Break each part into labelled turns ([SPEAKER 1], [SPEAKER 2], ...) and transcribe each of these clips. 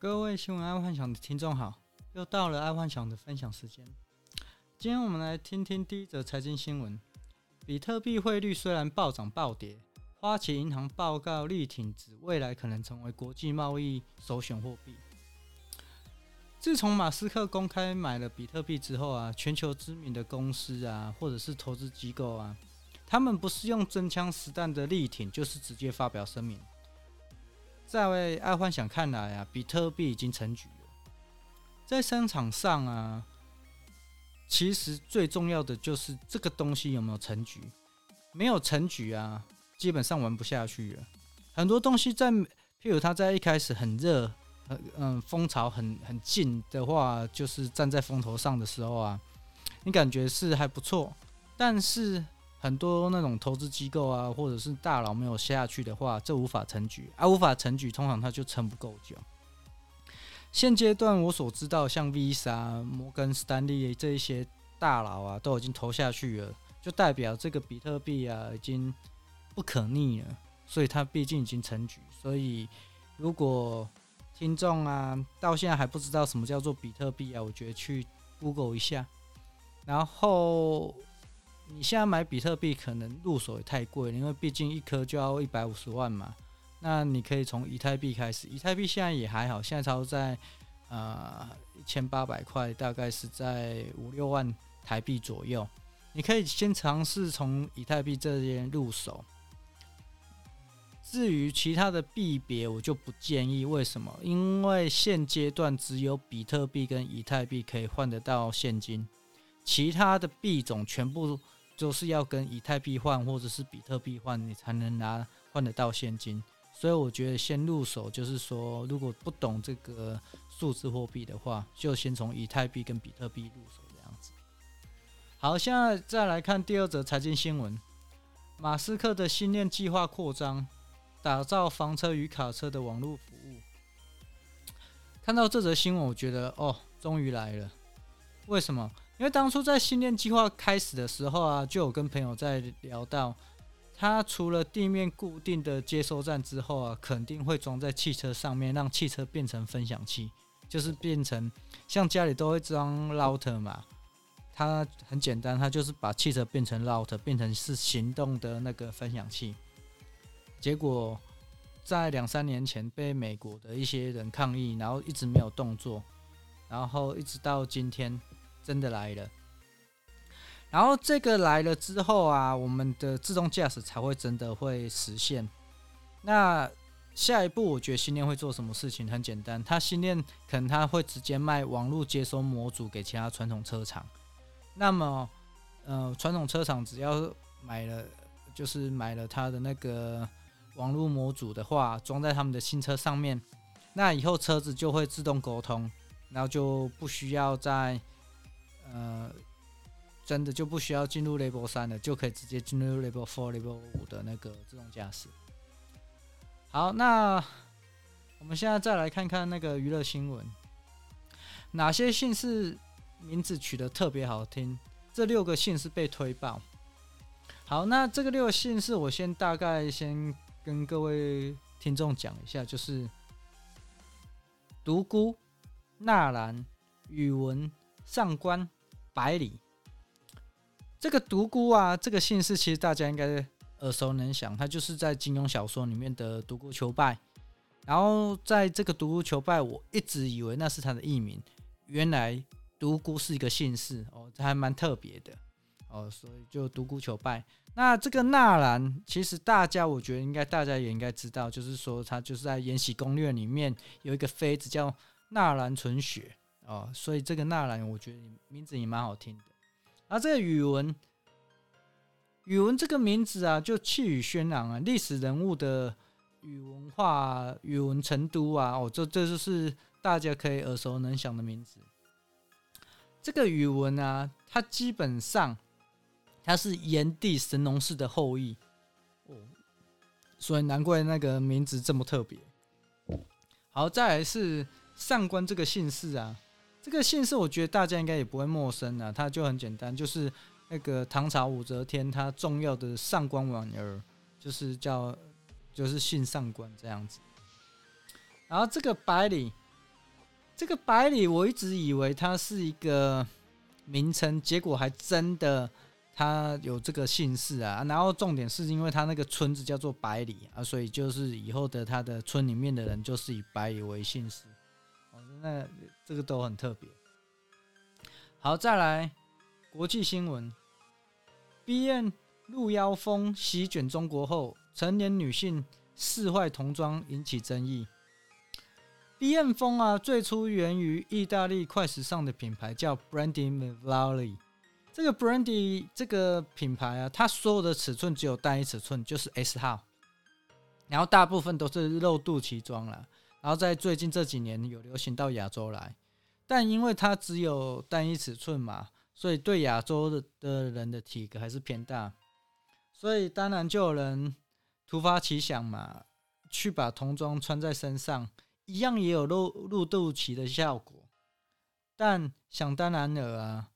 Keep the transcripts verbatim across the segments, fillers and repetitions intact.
[SPEAKER 1] 各位新闻爱幻想的听众好，又到了爱幻想的分享时间。今天我们来听听第一则财经新闻。比特币汇率虽然暴涨暴跌，花旗银行报告力挺指未来可能成为国际贸易首选货币。自从马斯克公开买了比特币之后啊，全球知名的公司啊，或者是投资机构啊，他们不是用真枪实弹的力挺，就是直接发表声明。在爱幻想看来啊，比特币已经成局了。在商场上啊，其实最重要的就是这个东西有没有成局。没有成局啊，基本上玩不下去了。很多东西在，譬如它在一开始很热，嗯，风潮很很劲的话，就是站在风头上的时候啊，你感觉是还不错，但是很多那种投资机构啊，或者是大佬没有下去的话，这无法成局啊，无法成局，通常它就撑不够久。现阶段我所知道，像 Visa、摩根士丹利这一些大佬啊，都已经投下去了，就代表这个比特币啊已经不可逆了，所以它毕竟已经成局。所以如果听众啊到现在还不知道什么叫做比特币啊，我觉得去 Google 一下，然后你现在买比特币可能入手也太贵了，因为毕竟一颗就要一百五十万嘛。那你可以从以太币开始，以太币现在也还好，现在差不多在呃一千八百块，大概是在五六万台币左右。你可以先尝试从以太币这边入手。至于其他的币别，我就不建议。为什么？因为现阶段只有比特币跟以太币可以换得到现金，其他的币种全部就是要跟以太币换或者是比特币换，你才能拿换得到现金。所以我觉得先入手，就是说如果不懂这个数字货币的话，就先从以太币跟比特币入手这样子。好，现在再来看第二则财经新闻。马斯克的星链计划扩张，打造房车与卡车的网络服务。看到这则新闻，我觉得哦，终于来了。为什么？因为当初在星链计划开始的时候啊，就有跟朋友在聊到，它除了地面固定的接收站之后啊，肯定会装在汽车上面，让汽车变成分享器，就是变成像家里都会装 router 嘛，它很简单，它就是把汽车变成 router， 变成是行动的那个分享器。结果在两三年前被美国的一些人抗议，然后一直没有动作，然后一直到今天真的来了。然后这个来了之后啊，我们的自动驾驶才会真的会实现。那下一步我觉得星链会做什么事情？很简单，它星链可能它会直接卖网络接收模组给其他传统车厂。那么呃，传统车厂只要买了就是买了它的那个网络模组的话，装在他们的新车上面，那以后车子就会自动沟通，然后就不需要再呃真的就不需要进入 Level 三了，就可以直接进入 Level 四、Level 五的那个自动驾驶。好，那我们现在再来看看那个娱乐新闻，哪些姓氏名字取得特别好听？这六个姓氏被推爆。好，那这个六个姓氏，我先大概先跟各位听众讲一下，就是独孤、纳兰、宇文、上官、百里。这个独孤啊，这个姓氏其实大家应该耳熟能详，他就是在金庸小说里面的独孤求败。然后在这个独孤求败，我一直以为那是他的艺名，原来独孤是一个姓氏哦，这还蛮特别的哦，所以就独孤求败。那这个纳兰，其实大家我觉得应该大家也应该知道，就是说他就是在《延禧攻略》里面有一个妃子叫纳兰纯雪哦，所以这个纳兰我觉得名字也蛮好听的。然后这个宇文，宇文这个名字啊，就气宇轩昂啊，历史人物的宇文化、宇文成都啊，哦，这这就是大家可以耳熟能详的名字。这个宇文啊，他基本上他是炎帝神农氏的后裔，哦，所以难怪那个名字这么特别。好，再来是上官这个姓氏啊。这个姓氏我觉得大家应该也不会陌生啊，它就很简单，就是那个唐朝武则天她重要的上官婉儿，就是叫就是姓上官这样子。然后这个百里， 这个百里我一直以为它是一个名称，结果还真的它有这个姓氏啊。然后重点是因为它那个村子叫做百里啊，所以就是以后的它的村里面的人就是以百里为姓氏。哦，那这个都很特别。好，再来国际新闻 ，B N 鹿妖风席卷中国后，成年女性试坏童装引起争议。B N 风啊，最初源于意大利快时尚的品牌叫 Brandy Melville。这个 Brandy 这个品牌啊，它所有的尺寸只有单一尺寸，就是 S 号，然后大部分都是露肚脐装啦。然后在最近这几年有流行到亚洲来，但因为它只有单一尺寸嘛，所以对亚洲 的, 的人的体格还是偏大，所以当然就有人突发奇想嘛，去把童装穿在身上。一样也有露露肚脐的效果，但想当然了啊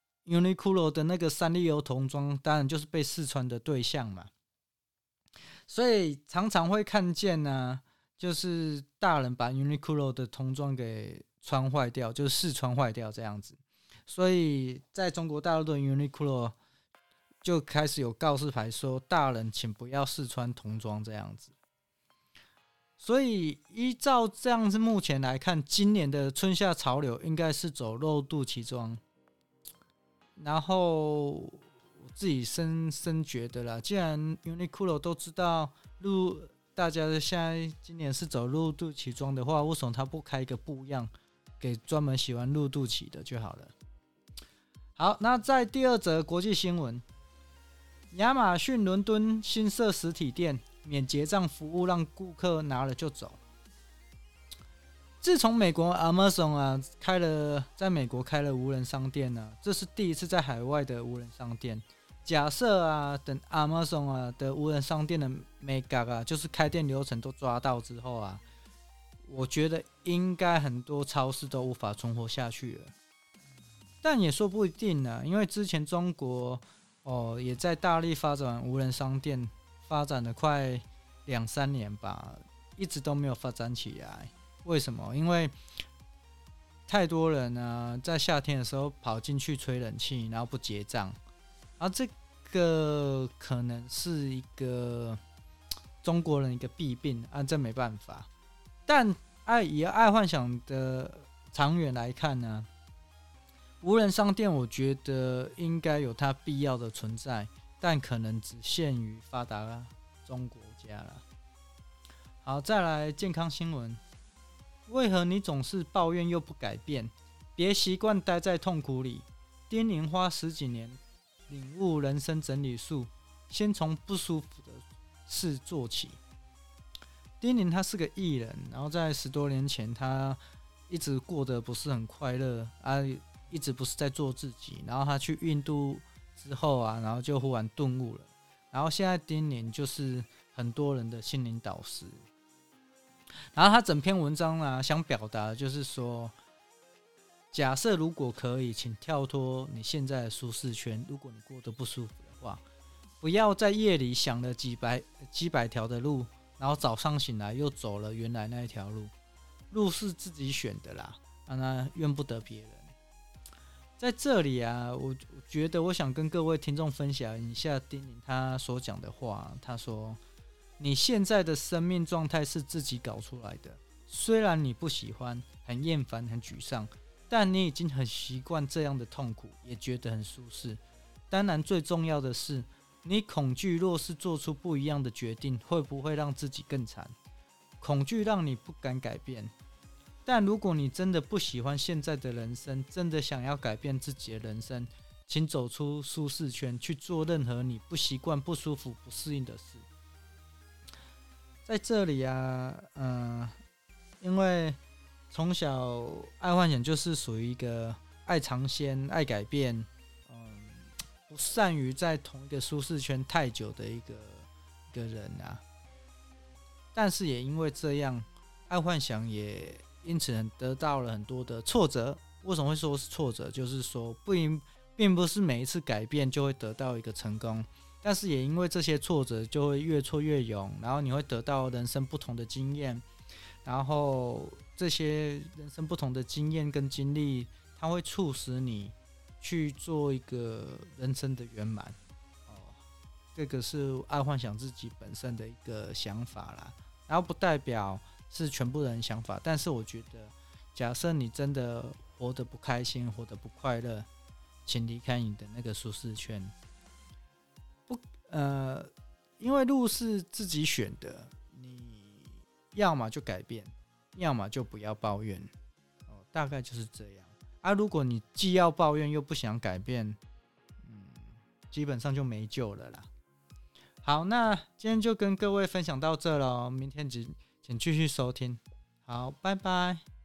[SPEAKER 1] ，Uniqlo 的那个三丽鸥童装当然就是被试穿的对象嘛，所以常常会看见啊，就是大人把 Uniqlo 的童装给穿坏掉，就是试穿坏掉这样子，所以在中国大陆的 Uniqlo 就开始有告示牌说，大人请不要试穿童装这样子。所以依照这样子目前来看，今年的春夏潮流应该是走露肚脐装。然后我自己深深觉得啦，既然 Uniqlo 都知道露大家现在今年是走露肚脐装的话，为什么他不开一个不一样给专门喜欢露肚脐的就好了。好，那在第二则国际新闻，亚马逊伦敦新设实体店，免结账服务让顾客拿了就走。自从美国 Amazon 啊开了在美国开了无人商店啊，这是第一次在海外的无人商店。假设啊，等 Amazon 啊的无人商店的 mega 啊，就是开店流程都抓到之后啊，我觉得应该很多超市都无法存活下去了。但也说不一定啊，因为之前中国哦也在大力发展无人商店。发展了快两三年吧，一直都没有发展起来。为什么？因为太多人呢、啊，在夏天的时候跑进去吹冷气，然后不结账，而这个可能是一个中国人一个弊病啊，这没办法。但爱以爱幻想的长远来看呢，无人商店我觉得应该有它必要的存在。但可能只限于发达中国家了。好，再来健康新闻。为何你总是抱怨又不改变？别习惯待在痛苦里。丁宁花十几年领悟人生整理术，先从不舒服的事做起。丁宁他是个艺人，然后在十多年前他一直过得不是很快乐啊，一直不是在做自己，然后他去印度之后啊，然后就忽然顿悟了，然后现在丁宁就是很多人的心灵导师。然后他整篇文章啊，想表达的就是说，假设如果可以，请跳脱你现在的舒适圈。如果你过得不舒服的话，不要在夜里想了几百几百条的路，然后早上醒来又走了原来那一条路。路是自己选的啦，啊，那怨不得别人。在这里啊，我我觉得我想跟各位听众分享一下丁宁他所讲的话。他说：“你现在的生命状态是自己搞出来的，虽然你不喜欢、很厌烦、很沮丧，但你已经很习惯这样的痛苦，也觉得很舒适。当然，最重要的是，你恐惧若是做出不一样的决定，会不会让自己更惨？恐惧让你不敢改变。”但如果你真的不喜欢现在的人生，真的想要改变自己的人生，请走出舒适圈，去做任何你不习惯、不舒服、不适应的事。在这里啊，嗯、呃，因为从小爱幻想就是属于一个爱尝鲜、爱改变，嗯，不善于在同一个舒适圈太久的一个一个人啊。但是也因为这样，爱幻想也因此得到了很多的挫折。为什么会说是挫折？就是说不并不是每一次改变就会得到一个成功，但是也因为这些挫折就会越挫越勇，然后你会得到人生不同的经验， 然后这些人生不同的经验跟经历，它会促使你去做一个人生的圆满。哦，这个是爱幻想自己本身的一个想法啦，然后不代表是全部人的想法，但是我觉得，假设你真的活得不开心，活得不快乐，请离开你的那个舒适圈。不，呃，因为路是自己选的，你要么就改变，要么就不要抱怨。哦，大概就是这样啊。如果你既要抱怨又不想改变，嗯，基本上就没救了啦。好，那今天就跟各位分享到这了，明天请继续收听。好，拜拜。